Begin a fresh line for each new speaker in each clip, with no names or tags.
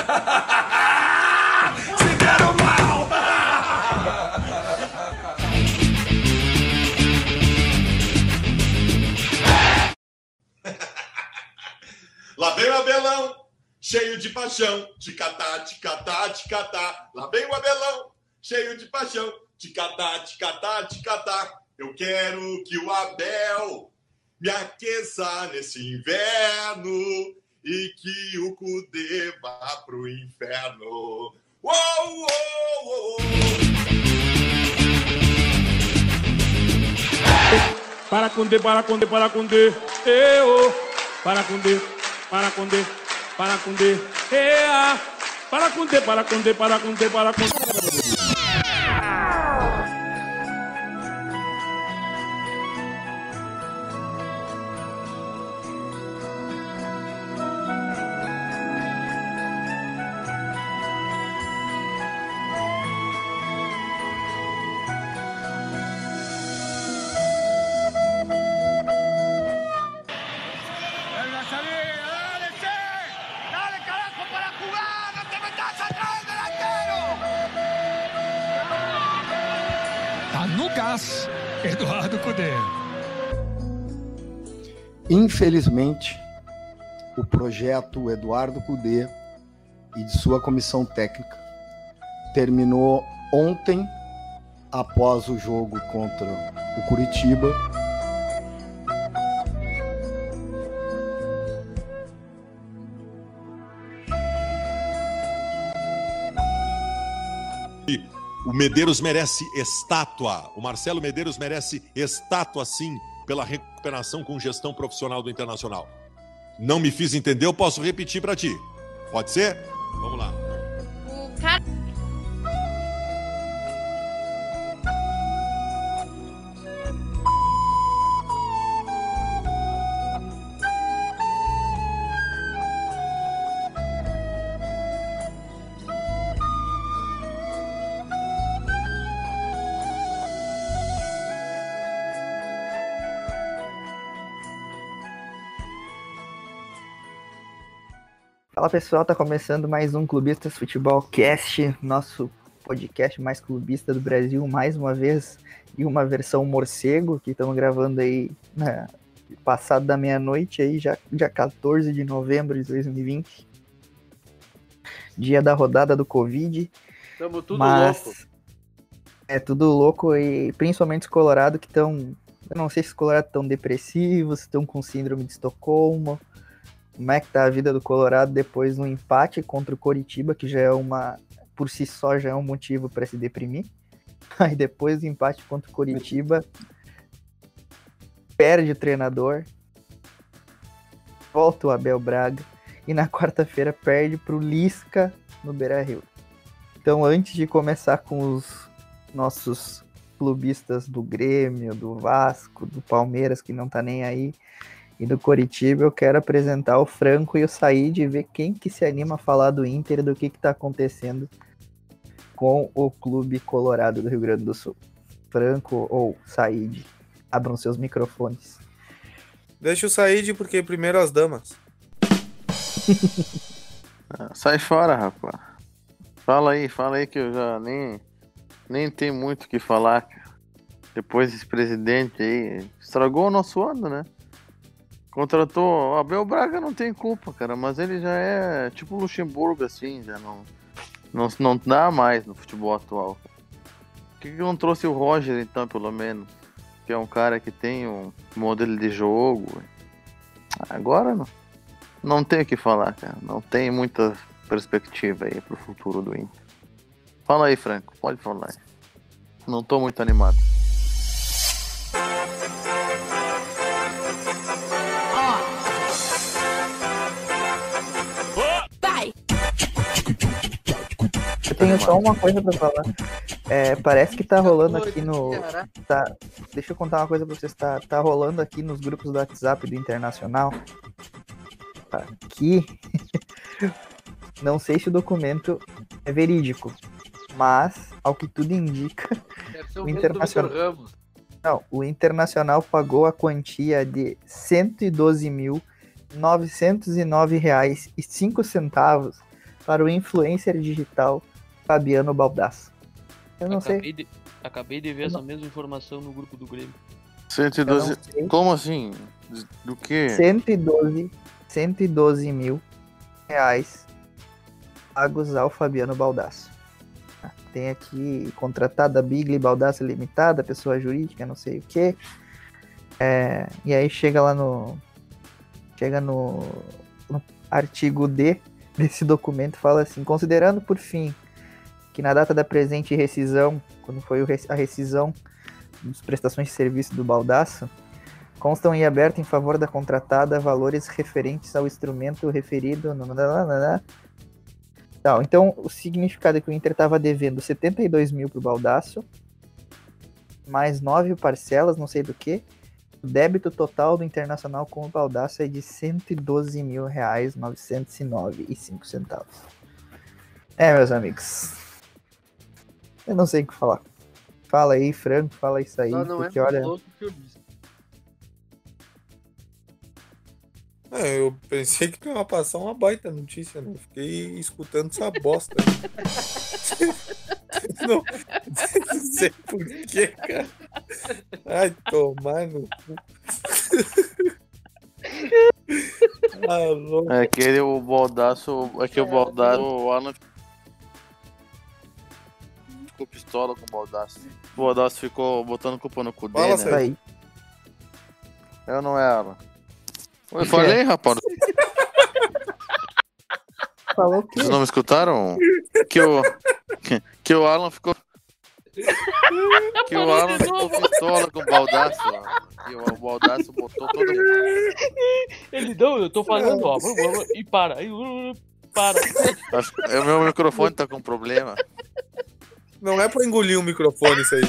Se deram mal! Lá vem o Abelão, cheio de paixão, ticatá, ticatá, ticatá. Lá vem o Abelão, cheio de paixão, ticatá, ticatá, ticatá. Eu quero que o Abel me aqueça nesse inverno e que o Cudê vá pro inferno. Uou, uou, uou, uou.
Para Cudê, para Cudê, para Cudê, eu, para Cudê, para Cudê, para Cudê, ea, para Cudê, para Cudê, para Cudê, para Cudê.
Eduardo Cudê.
Infelizmente, o projeto Eduardo Cudê e de sua comissão técnica terminou ontem, após o jogo contra o Curitiba.
O Medeiros merece estátua. O Marcelo Medeiros merece estátua, sim, pela recuperação com gestão profissional do Internacional. Não me fiz entender, eu posso repetir para ti. Pode ser? Vamos lá.
O cara...
Fala pessoal, tá começando mais um Clubistas Futebol Cast, nosso podcast mais clubista do Brasil, mais uma vez, e uma versão morcego, que estamos gravando aí passado da meia-noite, aí já dia 14 de novembro de 2020, dia da rodada do Covid.
Estamos tudo louco.
É tudo louco, e principalmente os Colorado que estão, eu não sei se os Colorado estão depressivos, estão com síndrome de Estocolmo. Como é que tá a vida do Colorado depois do empate contra o Coritiba, que já é por si só já é um motivo para se deprimir. Aí depois do empate contra o Coritiba, perde o treinador, volta o Abel Braga e na quarta-feira perde pro Lisca no Beira-Rio. Então, antes de começar com os nossos clubistas do Grêmio, do Vasco, do Palmeiras, que não tá nem aí, e do Coritiba, eu quero apresentar o Franco e o Said e ver quem que se anima a falar do Inter e do que tá acontecendo com o Clube Colorado do Rio Grande do Sul. Franco ou Said, abram seus microfones.
Deixa o Said, porque primeiro as damas.
Sai fora, rapaz. Fala aí que eu já nem tenho muito o que falar. Depois desse presidente aí, estragou o nosso ano, né? Contratou, o Abel Braga não tem culpa, cara, mas ele já é tipo Luxemburgo, assim, já não dá mais no futebol atual. Por que não trouxe o Roger, então, pelo menos? Que é um cara que tem um modelo de jogo. Agora não tem o que falar, cara, não tem muita perspectiva aí pro futuro do Inter. Fala aí, Franco, pode falar aí. Não tô muito animado.
Eu tenho só uma coisa pra falar. Parece que tá rolando aqui no... deixa eu contar uma coisa pra vocês. Tá rolando aqui nos grupos do WhatsApp do Internacional. Aqui. Não sei se o documento é verídico, mas, ao que tudo indica, o Internacional pagou a quantia de R$ 112.909,05 para o influencer digital Fabiano Baldasso. Eu não sei.
Acabei de ver essa mesma informação no grupo do Grêmio.
112.
Eu não sei.
Como assim? Do quê?
112 mil reais pagos ao Fabiano Baldasso. Tem aqui contratada Bigli Baldasso Limitada, pessoa jurídica, não sei o que. E aí chega no artigo D desse documento, fala assim: considerando por fim que na data da presente rescisão, quando foi a rescisão das prestações de serviço do Baldasso, constam em aberto em favor da contratada valores referentes ao instrumento referido. Então, o significado é que o Inter estava devendo 72 mil para o Baldasso, mais 9 parcelas, não sei do que. O débito total do Internacional com o Baldasso é de R$112.909,05. Meus amigos, eu não sei o que falar. Fala aí, Franco, fala isso aí.
Só não
porque
é
olha,
louco que eu disse.
Eu pensei que ia passar uma baita notícia, né? Fiquei escutando essa bosta. Não sei porquê, cara. Ai, tomar no cu. Louco.
É aquele o Baldasso. O Alan ficou pistola com o Baldasso. O Baldasso ficou botando culpa no cu
Fala,
dele,
isso aí.
Eu não era. Eu falei, rapaz.
Falou o quê?
Vocês não me escutaram? Que o Alan ficou. Que o Alan ficou pistola com o Baldasso. Que o Baldasso botou todo mundo.
Ele não, eu tô falando, ó. E para. Para.
O meu microfone tá com problema.
Não é pra engolir um microfone isso aí.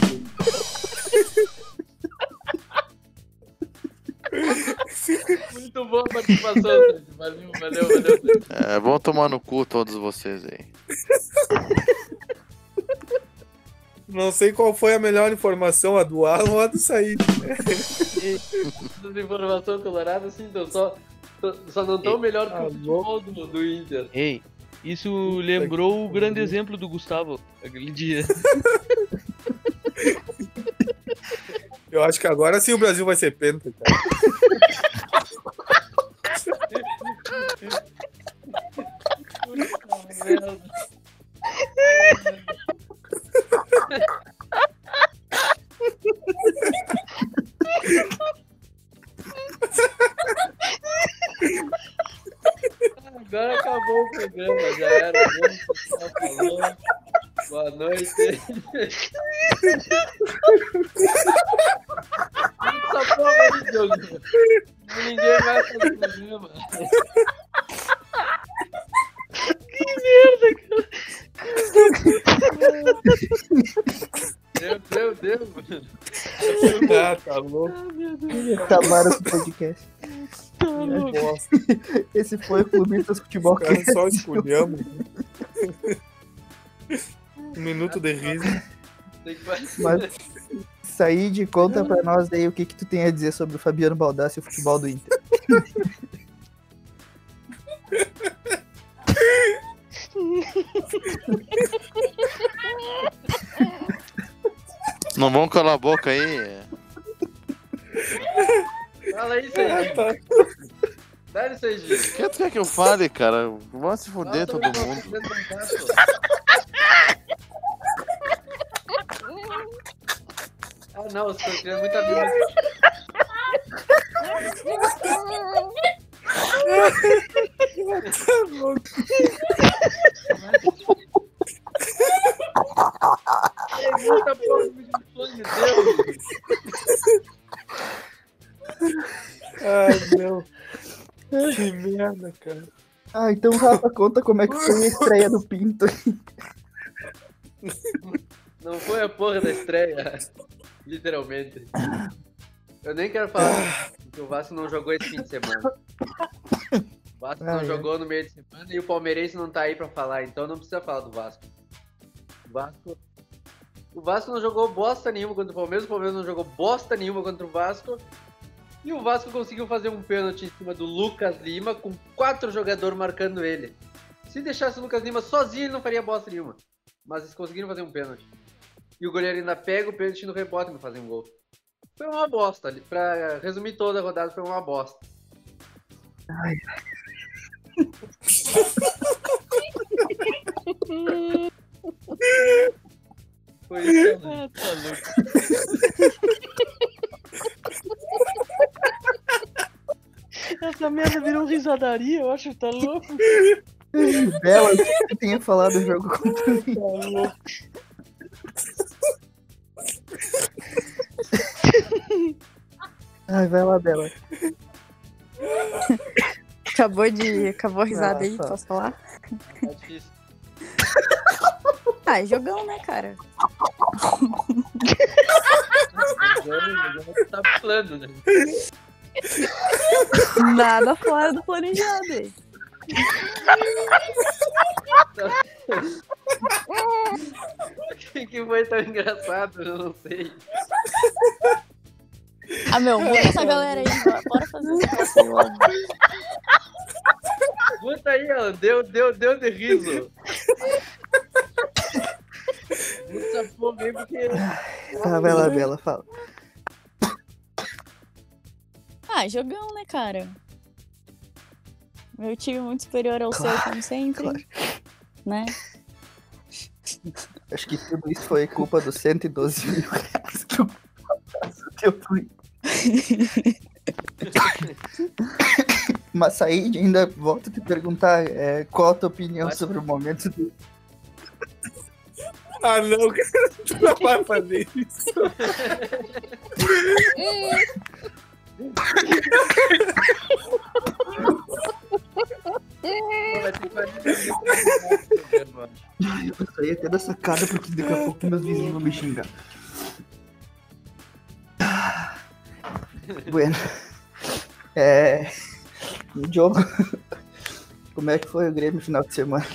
Muito boa a participação, Sérgio. Valeu.
Vão tomar no cu todos vocês aí.
Não sei qual foi a melhor informação, a do Alan ou a do Said.
Essas informações coloradas, assim, então, só não tão melhor que o futebol do Inter. Ei, isso lembrou o grande exemplo do Gustavo, aquele dia.
Eu acho que agora sim o Brasil vai ser penta, cara.
Agora acabou o programa, já era. Falou. Boa noite. Essa porra aí, Diogo. Ninguém vai fazer programa. Que merda, cara. Deu, mano.
Tá louco.
Acabaram com o podcast.
Tá louco.
Esse foi o Clubistas Futebol
Os caras
Cast.
só escolhemos. Um minuto de riso.
Mas Said, conta pra nós aí o que tu tem a dizer sobre o Fabiano Baldasso e o futebol do Inter.
Não vão calar a boca aí.
Fala aí, Serginho. Dá-lhe, Serginho.
O que tu quer que eu fale, cara? Vão se fuder todo mundo.
Ah, não, você tá querendo muito amigo. Muita porra de microfone, meu Deus.
Ai, meu. Que merda, cara.
Então Rafa, conta como é que foi a estreia do Pinto.
Não foi a porra da estreia. Literalmente. Eu nem quero falar porque o Vasco não jogou esse fim de semana. O Vasco não jogou no meio de semana e o palmeirense não tá aí pra falar, então não precisa falar do Vasco. O Vasco não jogou bosta nenhuma contra o Palmeiras não jogou bosta nenhuma contra o Vasco. E o Vasco conseguiu fazer um pênalti em cima do Lucas Lima com 4 jogadores marcando ele. se deixasse o Lucas Lima sozinho, ele não faria bosta nenhuma. Mas eles conseguiram fazer um pênalti. E o goleiro ainda pega o pênalti no rebote e fazer um gol. Foi uma bosta. Pra resumir toda a rodada, foi uma bosta.
Ai.
Foi isso.
Ah, tá louco. Essa merda virou risadaria, eu acho que tá louco.
Bela, o que você tinha falado do jogo contra mim?
Tá louco.
Ai, vai lá, Bela.
Acabou a risada aí,
Nossa.
posso falar?
Tá difícil.
Ah, jogão, né, cara?
Tá falando, né?
Nada fora do planejado aí.
O que foi tão engraçado? Eu não sei.
Ah, meu, muda essa galera aí, bora fazer esse negócio logo.
Bota aí, ó. Deu de riso. Bota essa porra aí porque.
Tá, vai lá, Bela, fala.
Ah, jogão, né, cara? Meu time é muito superior ao seu, como sempre.
claro.
Né?
Acho que tudo isso foi culpa dos 112 mil reais que eu teu tweet. Mas Said, ainda volto a te perguntar qual a tua opinião sobre o momento do...
Ah, não, cara, tu não vai fazer isso.
Eu vou sair até da sacada porque daqui a pouco meus vizinhos vão me xingar. Bueno. Diogo, como é que foi o Grêmio no final de semana?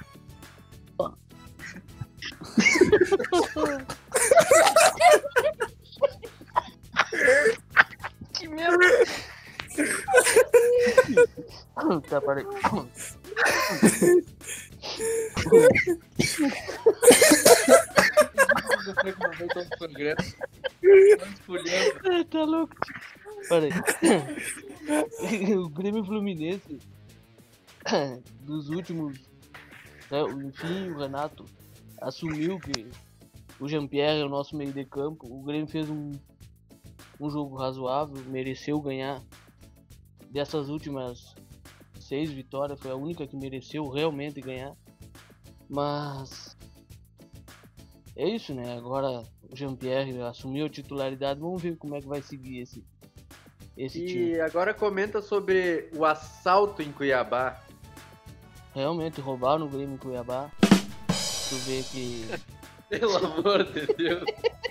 Que merda. Tá, parei. Tá louco. Peraí. O Grêmio Fluminense dos últimos, né, enfim, o Renato assumiu que o Jean-Pierre é o nosso meio de campo. O Grêmio fez um jogo razoável, mereceu ganhar. Dessas últimas 6 vitórias, foi a única que mereceu realmente ganhar. Mas é isso, né? Agora o Jean-Pierre assumiu a titularidade. Vamos ver como é que vai seguir esse time.
E agora comenta sobre o assalto em Cuiabá.
Realmente roubaram o Grêmio em Cuiabá. Tu vê que...
Pelo amor de Deus.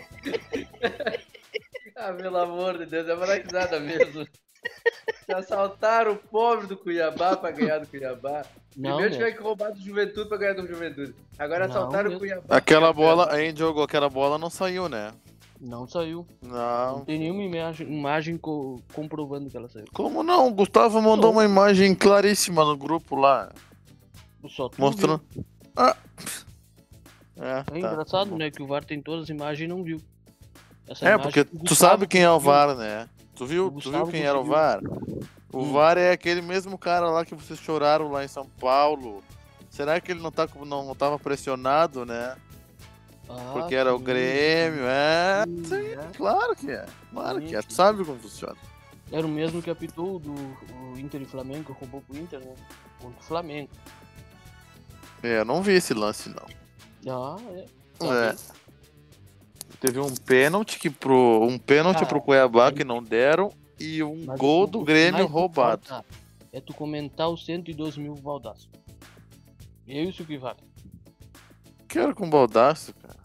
Ah, pelo amor de Deus, é uma risada mesmo. Assaltaram o pobre do Cuiabá pra ganhar do Cuiabá.
Não,
Primeiro
né?
tiver que roubar do Juventude pra ganhar do Juventude. Agora
Não,
assaltaram
né?
o Cuiabá.
Aquela bola, aí jogou, aquela bola não saiu, né?
Não saiu.
Não.
Não tem nenhuma imagem comprovando que ela saiu.
Como não? O Gustavo mandou uma imagem claríssima no grupo lá.
Só tu
Mostrando.
viu.
Ah.
É
tá.
engraçado, né? Que o VAR tem todas as imagens e não viu. Essa
É,
imagem
porque
que o
tu
Gustavo
sabe quem é o
conseguiu.
VAR, né? Tu viu
Gustavo
quem era o
conseguiu.
VAR? O VAR é aquele mesmo cara lá que vocês choraram lá em São Paulo. Será que ele não tava pressionado, né?
Ah,
Porque era o
sim,
Grêmio, é.
sim,
Sim,
né?
claro que é. Claro
Sim,
que é.
sim.
Tu sabe como funciona.
Era o mesmo que apitou o Inter e Flamengo, que roubou pro Inter, né? Contra o Flamengo.
É, eu não vi esse lance, não.
Ah, é.
É. Teve um pênalti pro Cuiabá que não deram e um
Mas
gol
o
do
que
Grêmio
mais
roubado.
importa É tu comentar os 112 mil Valdaço. É isso que vale.
Quero com baldaço, cara.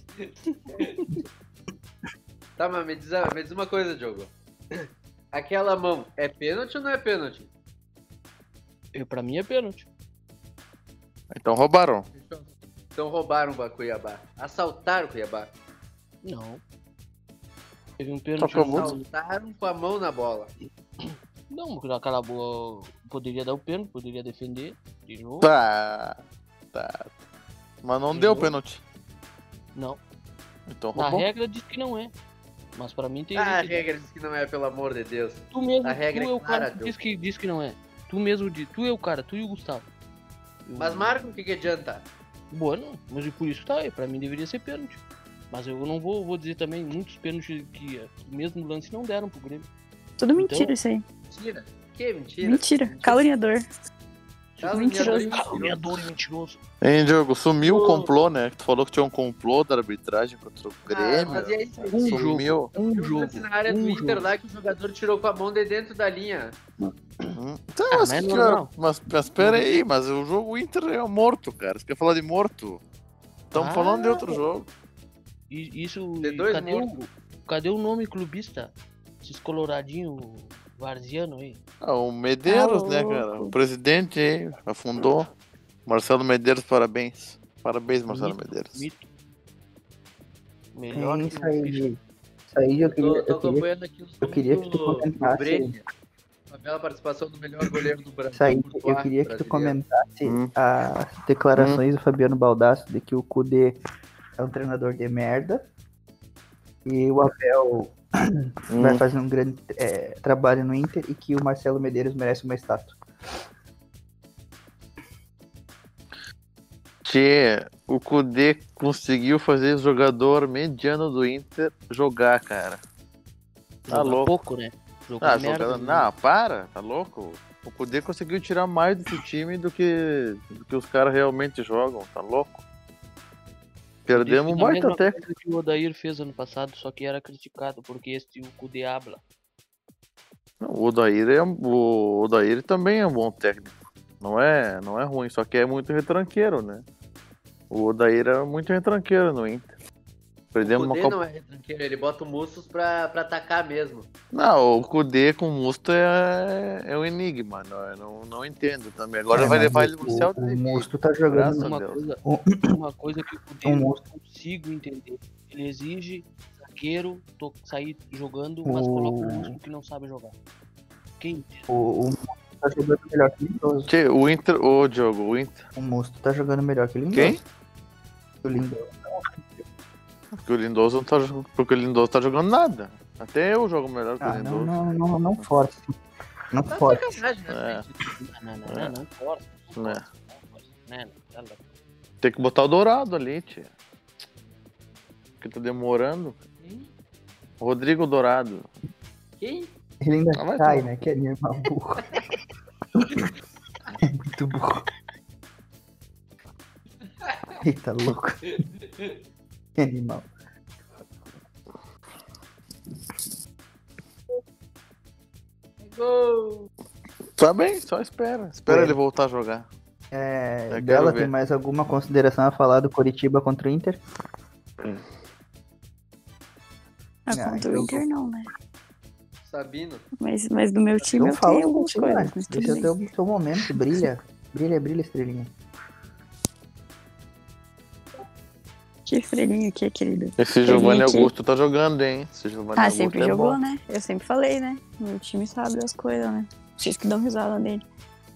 Tá, mas me diz uma coisa, Diogo. Aquela mão é pênalti ou não é pênalti?
Pra mim é pênalti.
Então roubaram.
Então roubaram o Cuiabá. Assaltaram o Cuiabá.
Não. Teve um pênalti.
Só que eu vou-
Assaltaram com a mão na bola.
Não, porque aquela boa poderia dar o pênalti, poderia defender. De novo?
Tá. Mas não
De
deu
novo?
pênalti.
Não.
Então
Na
roubou.
regra diz que não é. Mas pra mim tem.
A regra diz que não é, pelo amor de Deus.
Tu mesmo,
a regra
tu
é
é o
clara,
cara que diz que não é. Tu mesmo diz. Tu é o cara, tu e o Gustavo.
Mas Marco, o que adianta?
Boa, não. Mas e por isso tá aí. Pra mim deveria ser pênalti. Mas eu não vou dizer também muitos pênaltis que mesmo lance não deram pro Grêmio.
Tudo mentira isso aí.
Mentira. Que mentira?
Mentira. Caluniador.
Caluniador.
Caluniador e mentiroso.
Hein, Diogo, sumiu o complô, né? Que tu falou que tinha um complô da arbitragem contra o Grêmio.
mas e aí,
Sumiu.
Na área do Inter lá que o jogador tirou com a mão de dentro da linha.
Então,
Ah,
mas,
mas é
que
normal.
mas pera aí, mas o jogo Inter é morto, cara. Você quer falar de morto? Estamos falando de outro jogo.
E isso.
De dois
Cadê o nome clubista? Esses coloradinhos varziano aí.
O Medeiros, né, cara? O presidente aí afundou. Marcelo Medeiros, parabéns. Parabéns, Marcelo Medeiros.
Mito. Melhor que
Isso aí eu queria que tu comentasse.
A bela participação do melhor goleiro do Brasil.
Isso aí, eu queria que tu comentasse as declarações do Fabiano Baldasso de que o Kudê é um treinador de merda e o Abel vai fazer um grande trabalho no Inter e que o Marcelo Medeiros merece uma estátua.
Tchê, o Kudê conseguiu fazer o jogador mediano do Inter jogar, cara. Tá
Joga
louco.
pouco, né? Joga merda,
jogando...
né?
Não, para, tá louco? O Kudê conseguiu tirar mais desse time do que os caras realmente jogam, tá louco? Perdemos um baita
técnico
técnico.
que o Odair fez ano passado, só que era criticado porque o Kudê habla.
O Odair também é um bom técnico. Não é ruim, só que é muito retranqueiro, né? O Odair é muito retranqueiro no Inter. Perdemos
O Kudê
uma Copa...
não é retranqueiro, ele bota o Mustos pra atacar mesmo.
Não, o Kudê com o Musto é um enigma, não entendo também. Agora vai levar ele pro céu
O Musto tá jogando
uma coisa que o Kudê eu não consigo entender. Ele exige zagueiro sair jogando, mas coloca o Musto que não sabe jogar. Quem entende?
O Musto tá jogando melhor que o Lindoso.
O Inter, Diogo, o Inter.
O Musto tá jogando melhor que o Lindoso.
Quem?
O Lindoso.
Porque o Lindoso não tá jogando. Porque o Lindoso tá jogando nada. Até eu jogo melhor que o Lindoso.
Não force. Não force.
Não força.
Tem que botar o Dourado ali, tia. Porque tá demorando. Rodrigo Dourado.
Quem?
Ele ainda
vai
cai,
tomar.
né? Que animal burro. É muito burro. Eita, louco. Que animal.
Gol!
Tá bem, só espera. Espera ele voltar a jogar.
Bela,
ver.
tem mais alguma consideração a falar do Coritiba contra o Inter?
Contra o Inter não, né?
Sabino.
Mas do meu time
Então
eu
fala
tenho
um
algumas
pouquinho,
coisas.
né?
Mas
Deixa
tudo bem.
o teu momento, brilha. Brilha, estrelinha.
Que freguinho aqui, querido.
Esse Giovanni Augusto tá jogando, hein? Esse Giovanni Augusto
sempre
é
jogou,
bom.
né? Eu sempre falei, né? Meu time sabe das coisas, né? Vocês que dão risada nele.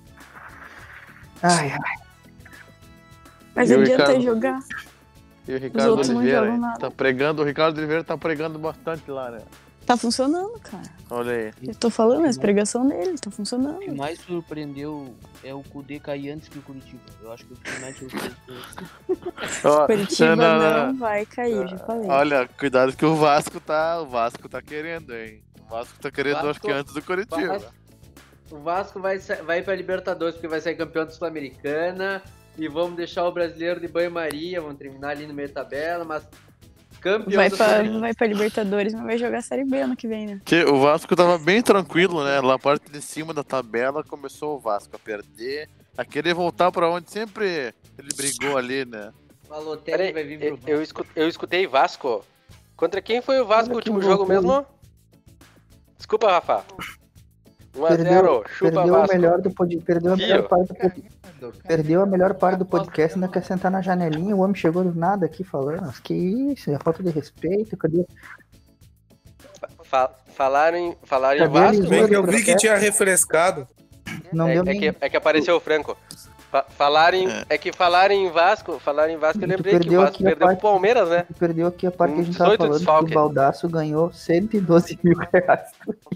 Ai.
Mas
E o
adianta
Ricardo?
jogar.
E o Ricardo
outros não
Oliveira
jogam
hein?
nada.
Tá pregando, o Ricardo Oliveira tá pregando bastante lá, né?
Tá funcionando, cara.
Olha aí.
Eu tô falando, as pregação dele, tá funcionando.
O que mais surpreendeu é o Kudê cair antes que o Curitiba. Eu acho que o que mais surpreendeu.
Curitiba não vai cair, já falei.
Olha, cuidado que o Vasco tá querendo, hein? O Vasco tá querendo, acho que antes do Curitiba.
O Vasco vai pra Libertadores, porque vai sair campeão da Sul-Americana. E vamos deixar o brasileiro de banho-maria. Vamos terminar ali no meio da tabela, mas campeão
vai pra Libertadores, mas vai jogar a Série B ano que vem, né?
Que o Vasco tava bem tranquilo, né? Lá a parte de cima da tabela começou o Vasco a perder, a querer voltar pra onde sempre ele brigou ali, né?
O Balotelli vai vir pro Vasco.
Eu escutei Vasco. Contra quem foi o Vasco no último jogo mesmo? Desculpa, Rafa. 1-0, chupa
perdeu
Vasco.
Perdeu a melhor parte do podcast, ainda quer sentar na janelinha. O homem chegou do nada aqui falando. Que isso, é falta de respeito. Cadê?
Falaram em Vasco.
Eu vi que tinha refrescado.
Não deu nem...
É que apareceu o Franco. É que falar em Vasco, eu lembrei que o Vasco perdeu pro Palmeiras, né?
Tu perdeu aqui a parte que a gente
18
tava falando,
desfalque.
que o Baldasso ganhou 112 mil reais.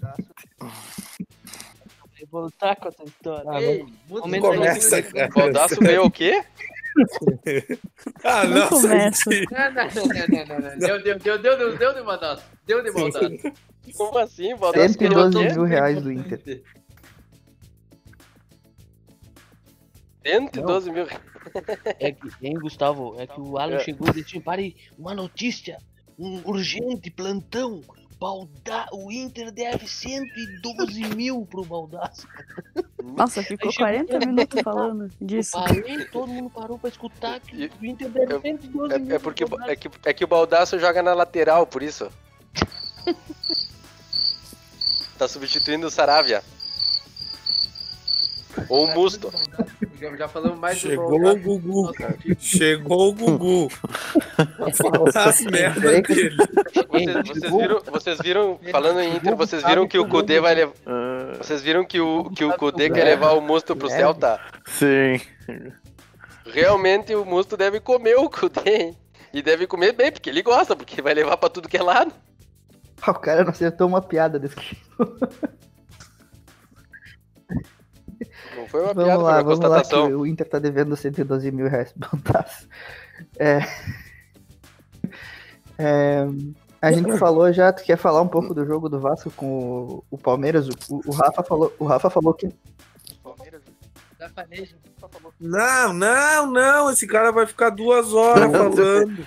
Eu vou lutar com essa história.
Ei,
Aumenta aí.
Começa, cara.
O Baldasso ganhou o quê?
Ah,
Não
não,
começa.
Santi.
Não. Deu de Baldasso. Deu de Baldasso.
Como assim? O Baldasso ganhou o
112
quê?
mil reais do Inter.
112 mil.
É que, hein, Gustavo? É que o Alan chegou e disse: pare, uma notícia, um urgente plantão. O Inter deve 112 mil pro Baldasso.
Nossa, ficou 40 minutos falando disso.
Parei, todo mundo parou pra escutar que o Inter deve 112 mil.
É que o Baldasso joga na lateral, por isso. Tá substituindo o Saravia. Ou o Musto.
Já falamos mais do
Chegou
Baldasso.
o Gugu. Chegou o Gugu. As merdas dele.
Vocês viram, falando em Inter, vocês viram que o Kudê vai levar. Vocês viram que o Kudê quer levar o Musto pro Celta?
Sim.
Realmente o Musto deve comer o Kudê, hein? E deve comer bem, porque ele gosta, porque vai levar pra tudo que é lado.
O cara não acertou uma piada desse tipo.
Não foi uma
Vamos
piada,
lá,
foi uma
vamos lá, que
constatação.
o Inter tá devendo 112 mil reais pro Baldasso. A gente falou já, tu quer falar um pouco do jogo do Vasco com o Palmeiras? O Rafa falou que...
Não, esse cara vai ficar 2 horas falando.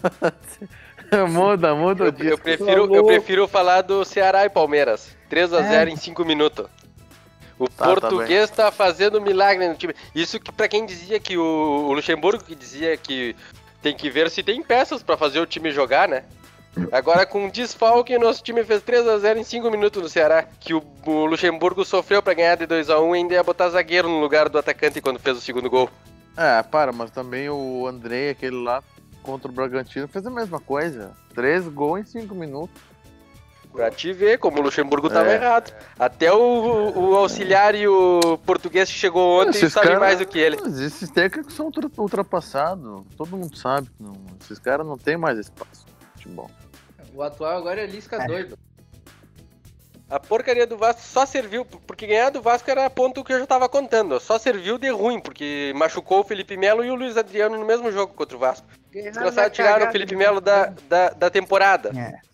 Muda o dia.
Eu prefiro falar do Ceará e Palmeiras. 3-0 em 5 minutos. O português tá fazendo milagre no time. Isso que pra quem dizia que o Luxemburgo que dizia que tem que ver se tem peças pra fazer o time jogar, né? Agora com desfalque, nosso time fez 3-0 em 5 minutos no Ceará. Que o Luxemburgo sofreu pra ganhar de 2-1 e ainda ia botar zagueiro no lugar do atacante quando fez o segundo gol.
Mas também o Andrei, aquele lá contra o Bragantino, fez a mesma coisa. 3 gols em 5 minutos.
Pra te ver como o Luxemburgo tava errado. Até o auxiliar e o português que chegou ontem sabem mais do que ele.
Mas esses técnicos são ultrapassados. Todo mundo sabe que não, esses caras não tem mais espaço no futebol.
O atual agora é Lisca doido.
A porcaria do Vasco só serviu, porque ganhar do Vasco era ponto que eu já tava contando. Só serviu de ruim, porque machucou o Felipe Melo e o Luiz Adriano no mesmo jogo contra o Vasco. Desgraçado, tiraram o Felipe Melo da temporada.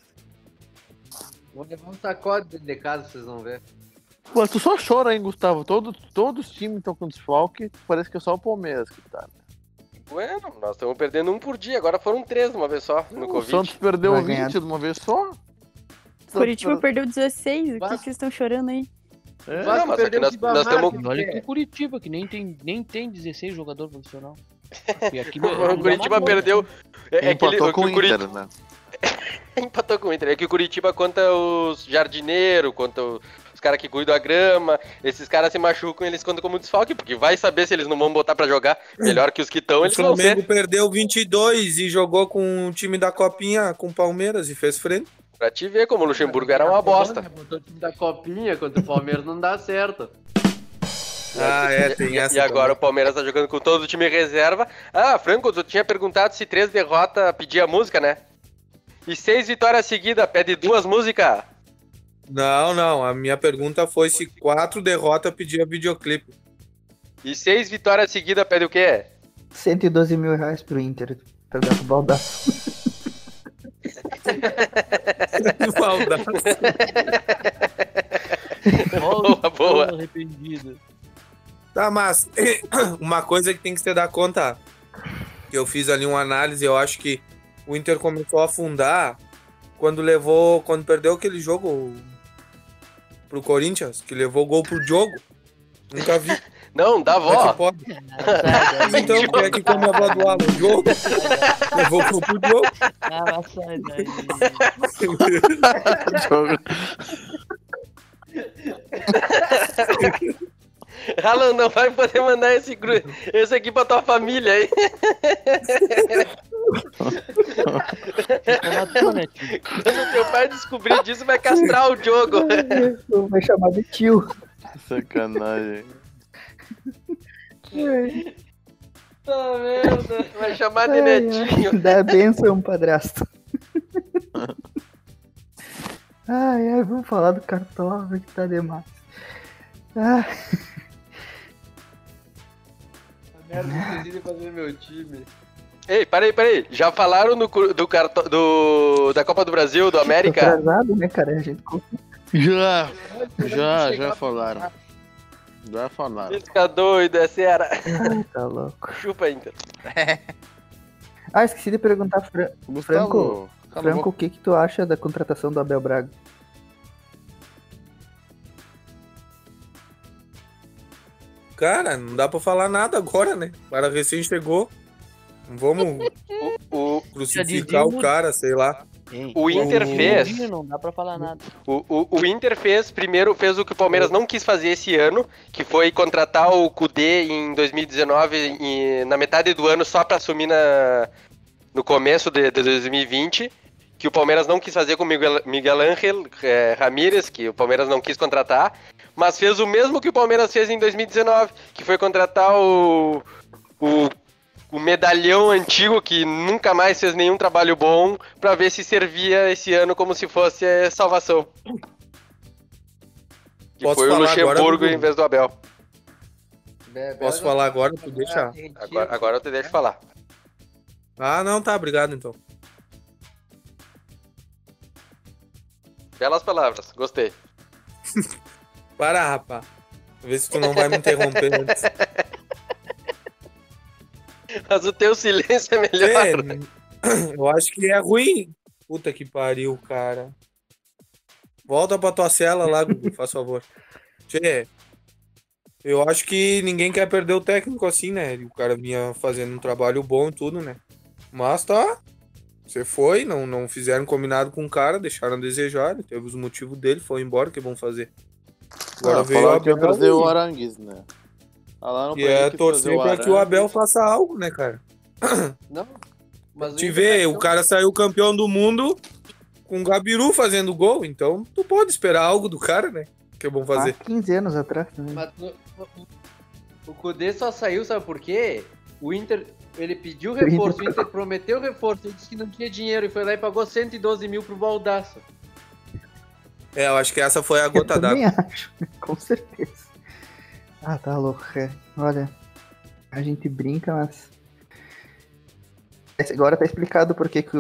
Vou levar um sacode dentro de casa, vocês vão ver.
Pô, tu só chora, hein, Gustavo? Todos os times estão com desfalque, parece que é só o Palmeiras que tá.
Bueno, nós estamos perdendo 1 por dia, agora foram 3 de uma vez só, no
O
Covid.
Santos perdeu 20 de uma vez só.
Curitiba perdeu 16, o que vocês estão chorando aí?
Não, mas aqui nós estamos...
Olha que o Curitiba, que nem tem 16 jogadores profissional. E aqui
O Curitiba perdeu...
Empatou com o Inter, né?
Empatou com o Inter. É que o Curitiba conta os jardineiros, conta os caras que cuidam da grama. Esses caras se machucam e eles contam como desfalque, porque vai saber se eles não vão botar pra jogar. Melhor que os que estão, eles
O
vão
Flamengo
ser.
perdeu 22 e jogou com o time da Copinha, com o Palmeiras, e fez frente.
Pra te ver como o Luxemburgo era uma bosta.
Botou o time da Copinha contra o Palmeiras, não dá certo.
Tem essa.
E agora o Palmeiras tá jogando com todo o time reserva. Franco, tu tinha perguntado se 3 derrotas pedia música, né? E 6 vitórias seguidas, pede 2 músicas?
Não. A minha pergunta foi se 4 derrotas pedia videoclipe.
E 6 vitórias seguidas, pede o quê?
112 mil reais pro Inter, pra dar pro Baldasso.
Boa.
Arrependido.
Tá, mas uma coisa que tem que se dar conta, que eu fiz ali uma análise, eu acho que o Inter começou a afundar quando perdeu aquele jogo pro Corinthians, que levou gol pro Diogo. Nunca vi.
Não, dá
Como é
vó.
que pode? Então, quem é que come a avó do Alan? O Diogo? Levou gol pro Diogo.
Sai daí.
Alan, não vai poder mandar esse aqui pra tua família aí. Quando teu pai descobrir disso, vai castrar o Diogo.
Vai chamar de tio.
Sacanagem.
Tá merda.
Vai chamar de netinho.
Dá benção, padrasto. Ai, vamos falar do Cartola que tá demais. Ah,
A merda, não decidi fazer meu time.
Ei, peraí. Já falaram da Copa do Brasil, do
tô
América?
atrasado, né, cara? A gente...
Já falaram. Já falaram.
Fica doido, é Ceará.
Ai, tá louco.
Chupa, Inter.
Ah, esqueci de perguntar, Franco,
Gustavo, cala a
Franco,
boca.
o que tu acha da contratação do Abel Braga?
Cara, não dá pra falar nada agora, né? O cara recém chegou. Não vamos crucificar o cara, sei lá.
O Inter fez.
Não dá pra falar nada.
O Inter primeiro fez o que o Palmeiras não quis fazer esse ano, que foi contratar o Kudê em 2019, na metade do ano, só pra assumir no começo de 2020, que o Palmeiras não quis fazer com o Miguel Ángel Ramírez, que o Palmeiras não quis contratar, mas fez o mesmo que o Palmeiras fez em 2019, que foi contratar o medalhão antigo que nunca mais fez nenhum trabalho bom pra ver se servia esse ano como se fosse salvação. Que
Posso
foi o
falar agora,
Luxemburgo
Dudu?
em vez do Abel.
Posso falar agora? Tu deixa?
Agora eu te deixo falar.
Ah, não, tá, obrigado então.
Belas palavras, gostei.
Para, rapaz. Vê se tu não vai me interromper antes.
Mas o teu silêncio é melhor.
Eu acho que é ruim. Puta que pariu, cara. Volta pra tua cela lá, Gugu, faz favor. Tchê, eu acho que ninguém quer perder o técnico assim, né? O cara vinha fazendo um trabalho bom e tudo, né? Mas tá. Você foi, não fizeram combinado com o cara, deixaram a desejar. Teve os motivos dele, foi embora, o que vão fazer? Agora veio o
Falaram que ia
Abel
trazer o
e-
Arangues, né? Falaram
E
pra ele
é
que ia
torcer
trazer
pra que o Abel
Arangues.
faça algo, né, cara?
Não, mas
Te vê, o cara saiu campeão do mundo com o Gabiru fazendo gol, então tu pode esperar algo do cara, né? Que é bom fazer.
Há 15 anos atrás também.
Mas o Kudê só saiu, sabe por quê? O Inter, ele pediu reforço, o Inter prometeu reforço, ele disse que não tinha dinheiro e foi lá e pagou 112 mil pro Baldaço.
É, eu acho que essa foi a
Eu
gota
também
d'água.
acho, com certeza. Ah, tá louco, cara. Olha, a gente brinca, mas... Agora tá explicado por que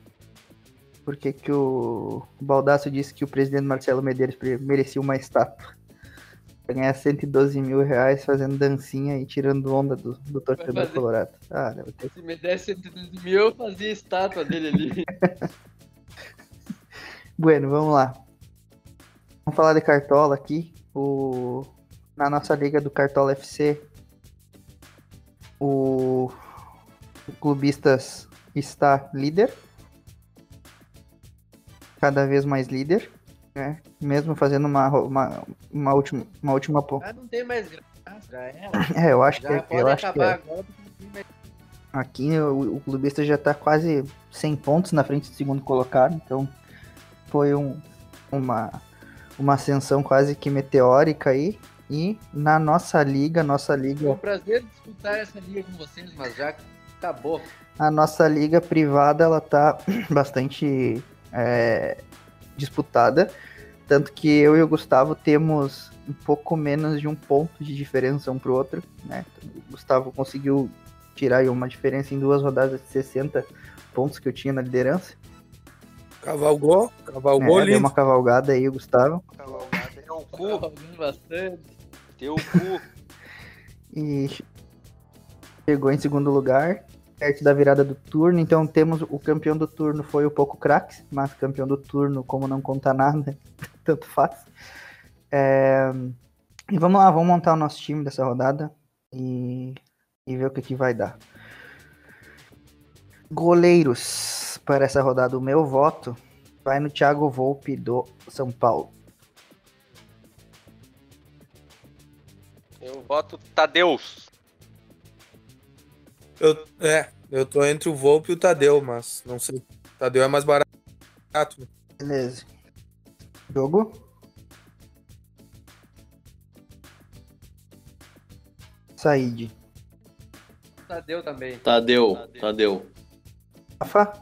o Baldasso disse que o presidente Marcelo Medeiros merecia uma estátua. Pra ganhar 112 mil reais fazendo dancinha e tirando onda do torcedor
fazer.
colorado. Ah, deve ter...
Se me desse 112 mil, eu fazia estátua dele ali.
Bueno, vamos lá. Vamos falar de Cartola aqui. Na nossa liga do Cartola FC, o Clubistas está líder. Cada vez mais líder, né? Mesmo fazendo uma última
Ah, não tem mais graça, já era.
eu acho
Já
que
pode acabar agora, porque não tem mais.
aqui o Clubista já tá quase 100 pontos na frente do segundo colocado, então foi uma ascensão quase que meteórica aí. E na nossa liga,
Foi um prazer disputar essa liga com vocês, mas já acabou.
a nossa liga privada, ela tá bastante disputada, tanto que eu e o Gustavo temos um pouco menos de um ponto de diferença um pro outro, né? O Gustavo conseguiu tirar aí uma diferença em 2 rodadas de 60 pontos que eu tinha na liderança.
Cavalgou
Deu
lindo.
uma cavalgada aí, o Gustavo.
Teu
Jogando bastante.
Teu cu.
E chegou em segundo lugar, perto da virada do turno. Então temos o campeão do turno foi o Poco Craques, mas campeão do turno, como não conta nada, tanto faz. E vamos lá, vamos montar o nosso time dessa rodada e ver o que vai dar. Goleiros para essa rodada. O meu voto vai no Thiago Volpi do São Paulo.
Eu voto Tadeus.
Eu tô entre o Volpe e o Tadeu, mas não sei. O Tadeu é mais barato, né?
Beleza. Jogo? Said.
Tadeu também.
Tadeu.
Rafa?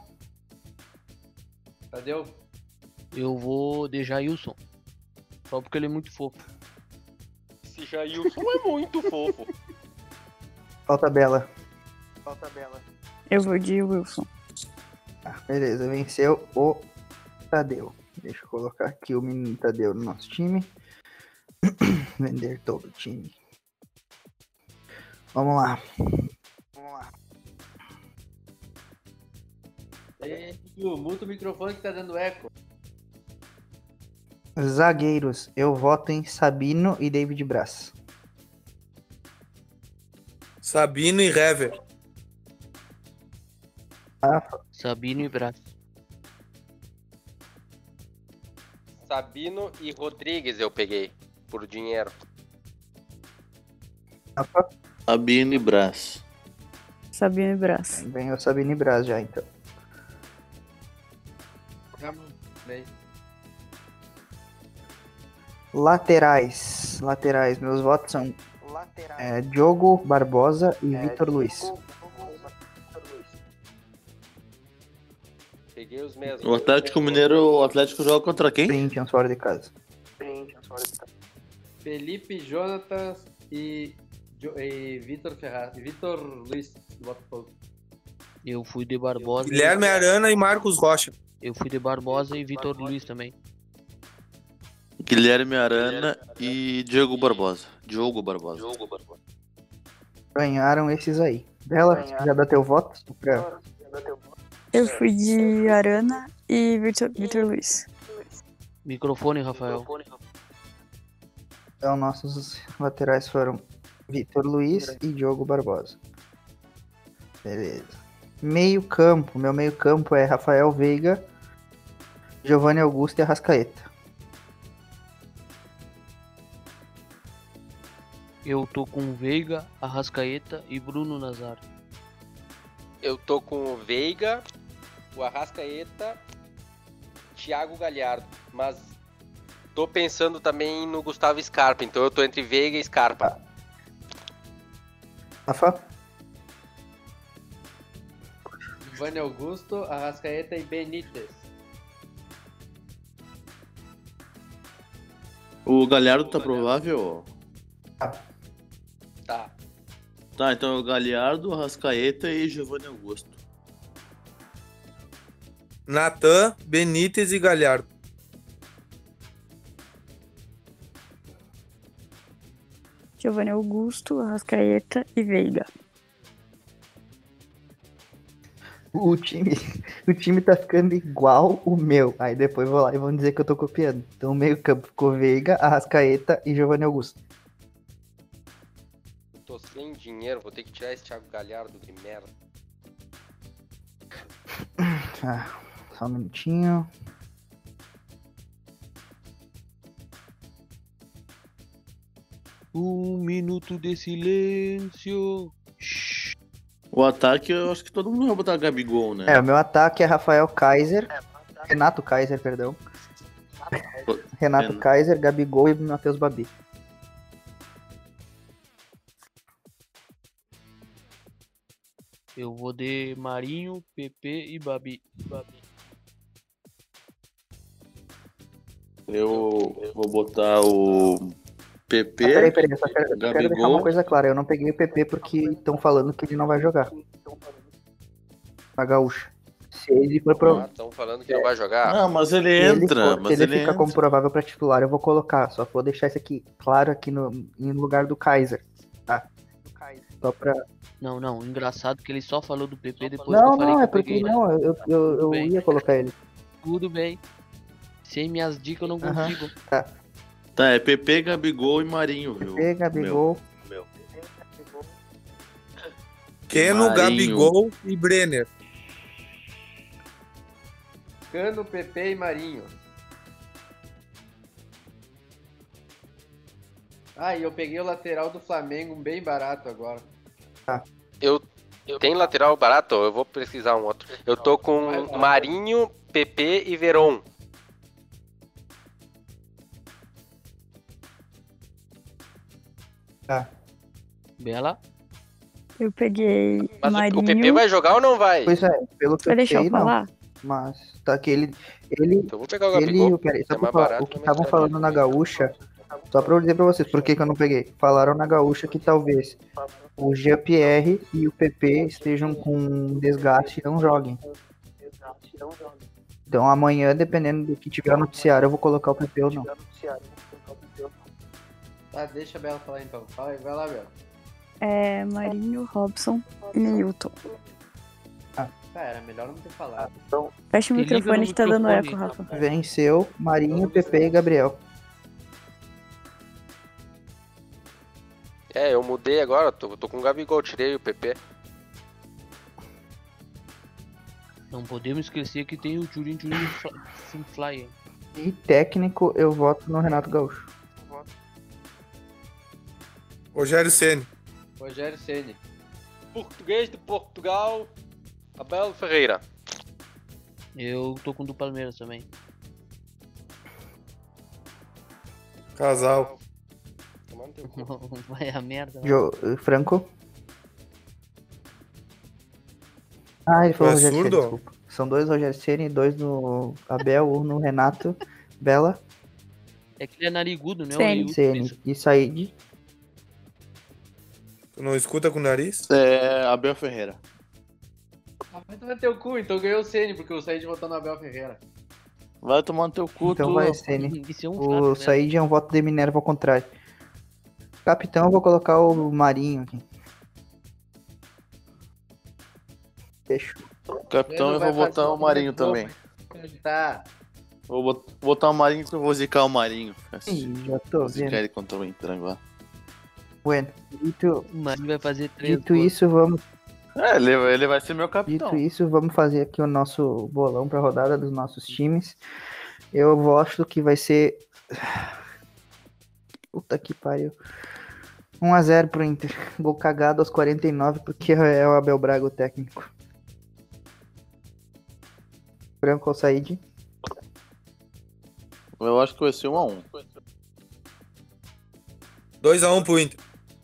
Tadeu?
Eu vou de Jailson. Só porque ele é muito fofo.
Esse Jailson é muito fofo.
Falta Bela.
Eu vou de Wilson.
Ah, beleza, venceu o Tadeu. Deixa eu colocar aqui o menino Tadeu no nosso time. Vender todo o time. Vamos lá.
Muta o microfone que tá dando eco.
Zagueiros, eu voto em Sabino e David Braz.
Sabino e Hever.
Sabino e Brás.
Sabino e Rodrigues eu peguei. Por dinheiro.
Rafa?
Sabino e Brás.
Sabino e Brás.
Ganhou Sabino e Braz já, então. Laterais, meus votos são Diogo Barbosa e Vitor Luiz.
Peguei os mesmos.
O Atlético joga contra quem?
Corinthians fora de casa.
Felipe, Jonatas e Vitor Ferraz. Vitor Luiz do Botafogo.
Eu fui de Barbosa.
Guilherme Arana e Marcos Rocha.
Eu fui de Barbosa e Vitor Luiz também.
Guilherme Arana e Diogo Barbosa.
Ganharam esses aí. Bela, já dá teu voto?
Eu fui de Arana e Vitor Luiz.
Microfone, Rafael.
Então, nossos laterais foram Vitor Luiz e Diogo Barbosa. Beleza. Meio campo. Meu meio campo é Rafael Veiga, Giovanni Augusto e Arrascaeta.
Eu tô com Veiga, Arrascaeta e Bruno Nazário.
Eu tô com o Veiga, o Arrascaeta, Thiago Galhardo. Mas tô pensando também no Gustavo Scarpa, então eu tô entre Veiga e Scarpa.
Rafa?
Giovanni Augusto, Arrascaeta e Benítez.
O Galhardo tá provável?
Tá.
Tá, então é o Galhardo, Arrascaeta e Giovanni Augusto.
Natan, Benítez e Galhardo.
Giovanni Augusto, Arrascaeta e Veiga.
O time tá ficando igual o meu. Aí depois vou lá e vão dizer que eu tô copiando. Então o meio campo ficou Veiga, Arrascaeta e Giovanni Augusto.
Tô sem dinheiro, vou ter que tirar esse Thiago Galhardo de merda.
Só um minutinho.
Um minuto de silêncio.
O ataque, eu acho que todo mundo vai botar Gabigol, né?
O meu ataque é Rafael Kaiser. Renato Kaiser, perdão. Renato Kaiser, Gabigol e Matheus Babi.
Eu vou de Marinho, PP e Babi.
Eu vou botar o PP.
Peraí, eu só quero deixar uma coisa clara. Eu não peguei o PP porque estão falando que ele não vai jogar. Na Gaúcha. Se ele for pro...
Estão falando que não vai jogar.
Não, mas ele entra.
Se ele fica como provável pra titular, eu vou colocar. Só vou deixar isso aqui claro aqui em lugar do Kaiser. Tá? Só pra...
Não, engraçado que ele só falou do PP depois
não,
que eu falei
não,
que
é porque
peguei.
não, eu ia colocar ele.
Tudo bem. Sem minhas dicas eu não consigo.
Tá, é PP, Gabigol e Marinho, viu?
PP, Gabigol.
Meu.
Keno,
Marinho.
Gabigol e Brenner.
Cano, PP e Marinho. E eu peguei o lateral do Flamengo bem barato agora.
Eu tenho lateral barato? Eu vou pesquisar um outro. Eu tô com Marinho, PP e Veron.
Bela.
Eu peguei
Mas
Marinho.
o PP vai jogar ou não vai?
Pois é, pelo que
Vai
eu
deixar
sei,
eu
não.
falar?
Mas tá que ele.
Então eu vou pegar o
Ele.
Gabigol.
Peraí, só
É
pra
mais
falar,
barato,
o que
mas
estavam
tá
falando na Gaúcha, só pra eu dizer pra vocês por que eu não peguei. Falaram na Gaúcha que talvez o Jean-Pierre e o PP estejam com desgaste e não joguem. Então amanhã, dependendo do que tiver no noticiário, eu vou colocar o PP ou não.
Tá, deixa a Bela falar então. Fala aí, vai lá, Bela.
É Marinho, Robson e Neilton.
Tá, era melhor não ter falado.
Fecha o
Te liga
microfone
no
que tá dando
microfone.
eco, Rafa.
Venceu Marinho, PP e Gabriel.
É, eu mudei agora, tô com o Gabigol, tirei o PP.
Não podemos esquecer que tem o Turin Flyer.
E técnico, eu voto no Renato Gaúcho.
Rogério Ceni.
Rogério Ceni.
Português de Portugal, Abel Ferreira.
Eu tô com o do Palmeiras também.
Casal.
Vai a merda.
Franco. Ah, ele falou
Tu é
Rogério Ceni,
surdo?
desculpa. São 2 Rogério Ceni, 2 no Abel, 1 no Renato. Bela,
É que ele é narigudo, né?
Ceni.
Ceni e Said.
Tu não escuta com o nariz?
É, Abel Ferreira.
Vai tomar teu cu, então ganhou o Ceni, porque o Said votou no Abel Ferreira.
Vai tomar no teu cu,
Então
tu.
vai Ceni.
Isso é um
O
fato, né?
Said é um voto de Minerva ao contrário. Capitão, eu vou colocar o Marinho aqui. Fechou.
Capitão, eu vou botar o Marinho também.
Tá.
Vou botar o Marinho que eu vou zicar o Marinho.
Ih, já tô
Zicar
vendo.
ele contra o Inter agora.
Bueno, dito
O Marinho vai fazer 3
isso, vamos.
É, ele vai ser meu capitão.
Dito isso, vamos fazer aqui o nosso bolão para a rodada dos nossos times. Eu acho que vai ser. Puta que pariu. 1-0 pro Inter. Gol cagado aos 49, porque é o Abel Braga o técnico. Franco ou Said?
Eu acho que vai ser 1-1.
2x1 pro Inter.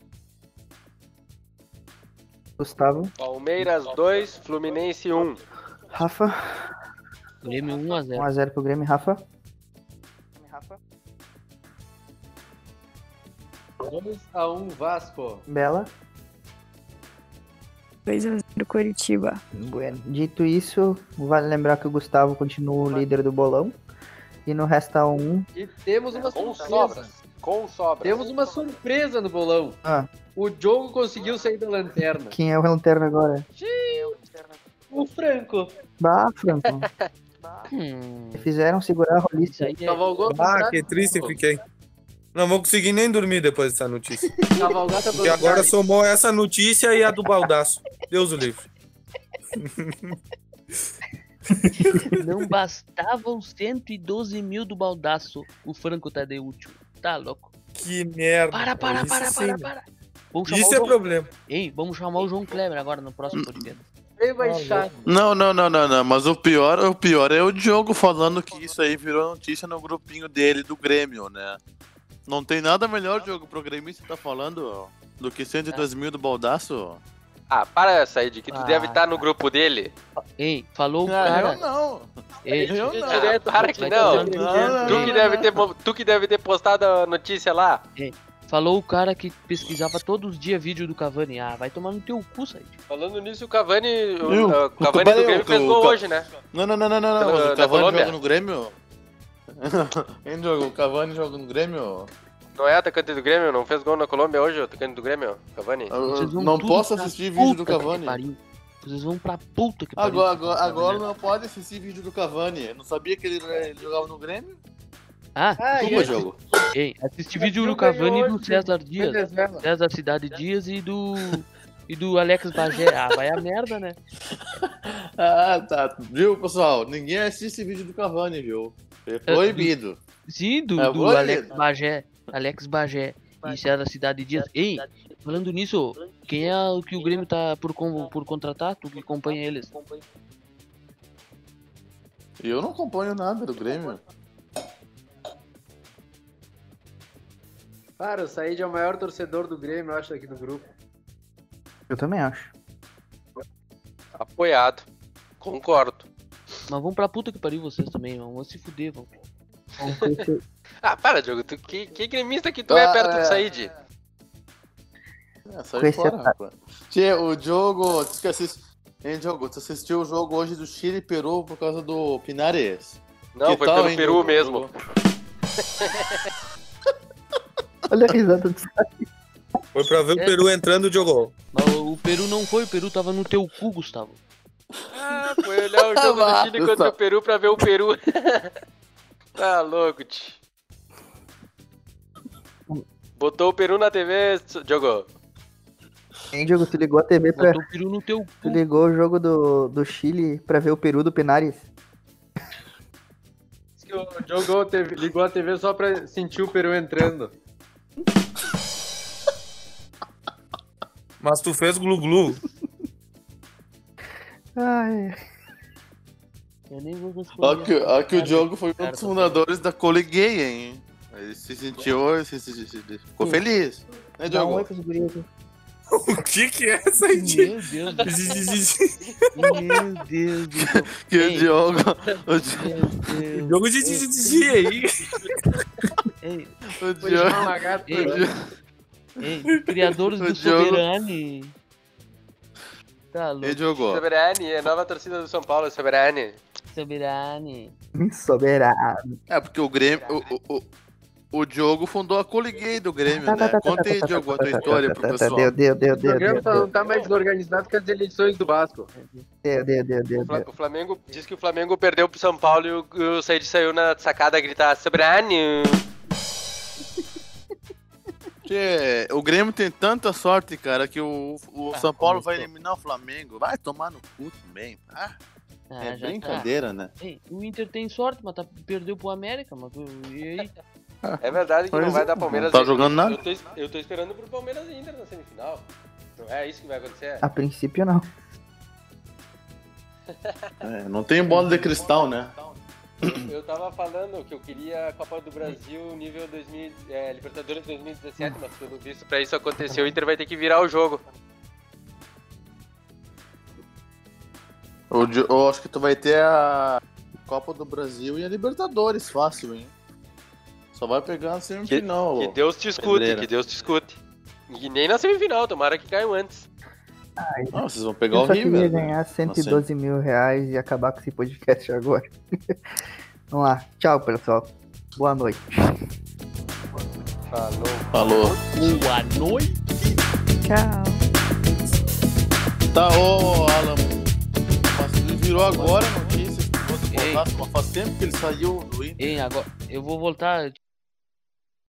Gustavo?
Palmeiras 2, Fluminense 1.
Rafa?
Grêmio 1-0.
1-0 pro Grêmio. Rafa?
2x1 Vasco.
Bela?
2-0 Curitiba.
Bueno. Dito isso, vale lembrar que o Gustavo continua o líder do bolão. E no resta 1.
E temos uma
Com
surpresa.
sobras. Com sobras.
Temos uma surpresa no bolão.
Ah,
O Diogo conseguiu sair da lanterna.
quem é o lanterna agora?
O Franco.
Bah, Franco. Fizeram segurar a
Isso
rolista.
aí é...
Cavalgou
Ah, que triste eu fiquei. Não vou conseguir nem dormir depois dessa notícia.
Cavalgata
Porque agora somou essa notícia e a do baldaço. Deus o livre.
Não bastavam 112 mil do baldaço. O Franco tá de último. Tá louco.
Que merda.
Para. Vamos chamar
Isso
o
é
João...
problema.
Ei, vamos chamar o João Kleber agora no próximo podcast.
bem mais chato.
Não. Mas o pior é o Diogo falando que isso aí virou notícia no grupinho dele do Grêmio, né? Não tem nada melhor, Diogo, pro gremista tá falando do que 112 mil do baldaço.
Ah, para, Said, que tu deve estar no grupo dele.
Ei, falou o
Ah,
cara.
eu não.
Ei,
Eu não.
Ah, para que
Vai
não.
tomar no
Tu que deve ter postado a notícia lá.
falou o cara que pesquisava todos os dias vídeo do Cavani. Ah, vai tomar no teu cu, Said.
Falando nisso, o Cavani.
Eu?
O Cavani
Peraí,
do Grêmio fez gol hoje, né?
Não. Mas
Da
o Cavani
Colômbia?
joga no Grêmio? Hein, Diogo? O Cavani joga no Grêmio?
Não é atacante do Grêmio? Não fez gol na Colômbia hoje, o atacante do Grêmio, Cavani?
Vocês vão
Não
tudo
posso
pra
assistir vídeo do
puta que
Cavani.
pariu. Vocês vão pra puta que pariu.
Agora não pode assistir vídeo do Cavani. Eu não sabia que ele jogava no Grêmio?
Ah,
Desculpa, Diogo.
ei, assiste vídeo
Brasil
do Cavani e
ganhou
do César Dias.
Venezuela.
César Cidade Dias e do Alex Bagé. Ah, vai a merda, né?
Ah, tá. Viu, pessoal? Ninguém assiste vídeo do Cavani, viu? É proibido.
Sim, do
É, vou
Alex
ler.
Bagé. Alex Bagé e César Cidade Dias. Ei, falando nisso, quem é o que o Grêmio tá por contratar? Tu que acompanha eles.
Eu não acompanho nada do Grêmio.
Cara, o Said é o maior torcedor do Grêmio, eu acho, aqui do grupo.
Eu também acho.
Apoiado. Concordo.
Mas vamos pra puta que pariu vocês também, vamos se fuder, vamos.
Ah, para, Diogo. Que gremista que tu é perto do Said?
Sai fora, rapaz. Tchê, o Diogo... Hein, Diogo, tu assistiu o jogo hoje do Chile e Peru por causa do Pinares?
Não,
que
foi
tal,
pelo
hein,
Peru
Diogo?
mesmo.
Olha a risada do Said.
Foi pra ver o Peru entrando, Diogo.
Mas o Peru não foi, o Peru tava no teu cu, Gustavo.
Ah, foi olhar o jogo do Chile contra o Peru pra ver o Peru. Tá louco, tio. Botou o Peru na TV, Diogo.
Hein, Diogo, tu ligou a TV pra...
Botou o Peru no teu cu.
Tu ligou o jogo do Chile pra ver o Peru do Pinares?
Diz que o Diogo ligou a TV só pra sentir o Peru entrando.
Mas tu fez glu-glu.
Ai,
Eu nem vou responder.
Olha que o Diogo foi um
Cara,
dos fundadores da Cole Gay, hein? Ele se sentiu... ficou feliz. Né,
dá um
Diogo?
oi pros guris aqui.
O que é essa aí?
Meu Deus do céu. Meu Deus do céu.
Que o
Ei.
Diogo...
Meu Deus.
Jogo de aí.
Ei,
O
Foi
Diogo...
chamar uma gata.
ei, criadores
O
do
Diogo-
Soberane. Tá
Ei,
louco.
Diogo.
Soberani, é nova torcida do São Paulo, Soberani.
Soberane.
Soberano.
É, porque o Grêmio... O Diogo fundou a Cole Gay do Grêmio, né? Conta aí, Diogo, a tua história pro pessoal.
Deu.
O programa não tá mais organizado que as eleições do Vasco.
Deu.
O Flamengo diz que o Flamengo perdeu pro São Paulo e o Said saiu na sacada a gritar Soberani.
Tchê, o Grêmio tem tanta sorte, cara, que o São Paulo vai eliminar o Flamengo. Vai tomar no cu também. Ah, é
já
brincadeira, né?
Tá. Ei, o Inter tem sorte, mas perdeu pro América, mas e aí?
É verdade que não
Pois
vai
é,
dar Palmeiras.
não tá jogando nada.
Eu tô esperando pro Palmeiras e Inter na semifinal. Não é isso que vai acontecer?
A princípio não.
É, não tem bola de cristal, né?
Eu tava falando que eu queria a Copa do Brasil nível Libertadores 2017, mas pelo visto pra isso acontecer o Inter vai ter que virar o jogo.
Eu acho que tu vai ter a Copa do Brasil e a Libertadores, fácil, hein? Só vai pegar na semifinal.
Que Deus te escute,
pedreira.
que Deus te escute. E nem na semifinal, tomara que caiam antes.
Não, vocês vão pegar
Eu
o
só queria
River. né?
ganhar 112 mil reais e acabar com esse podcast agora. Vamos lá. Tchau, pessoal. Boa noite.
Falou.
Boa noite.
Tchau.
Tá, ô Alan. Ele virou agora a notícia. Faz tempo que ele saiu do Inter.
Ei, agora eu vou voltar.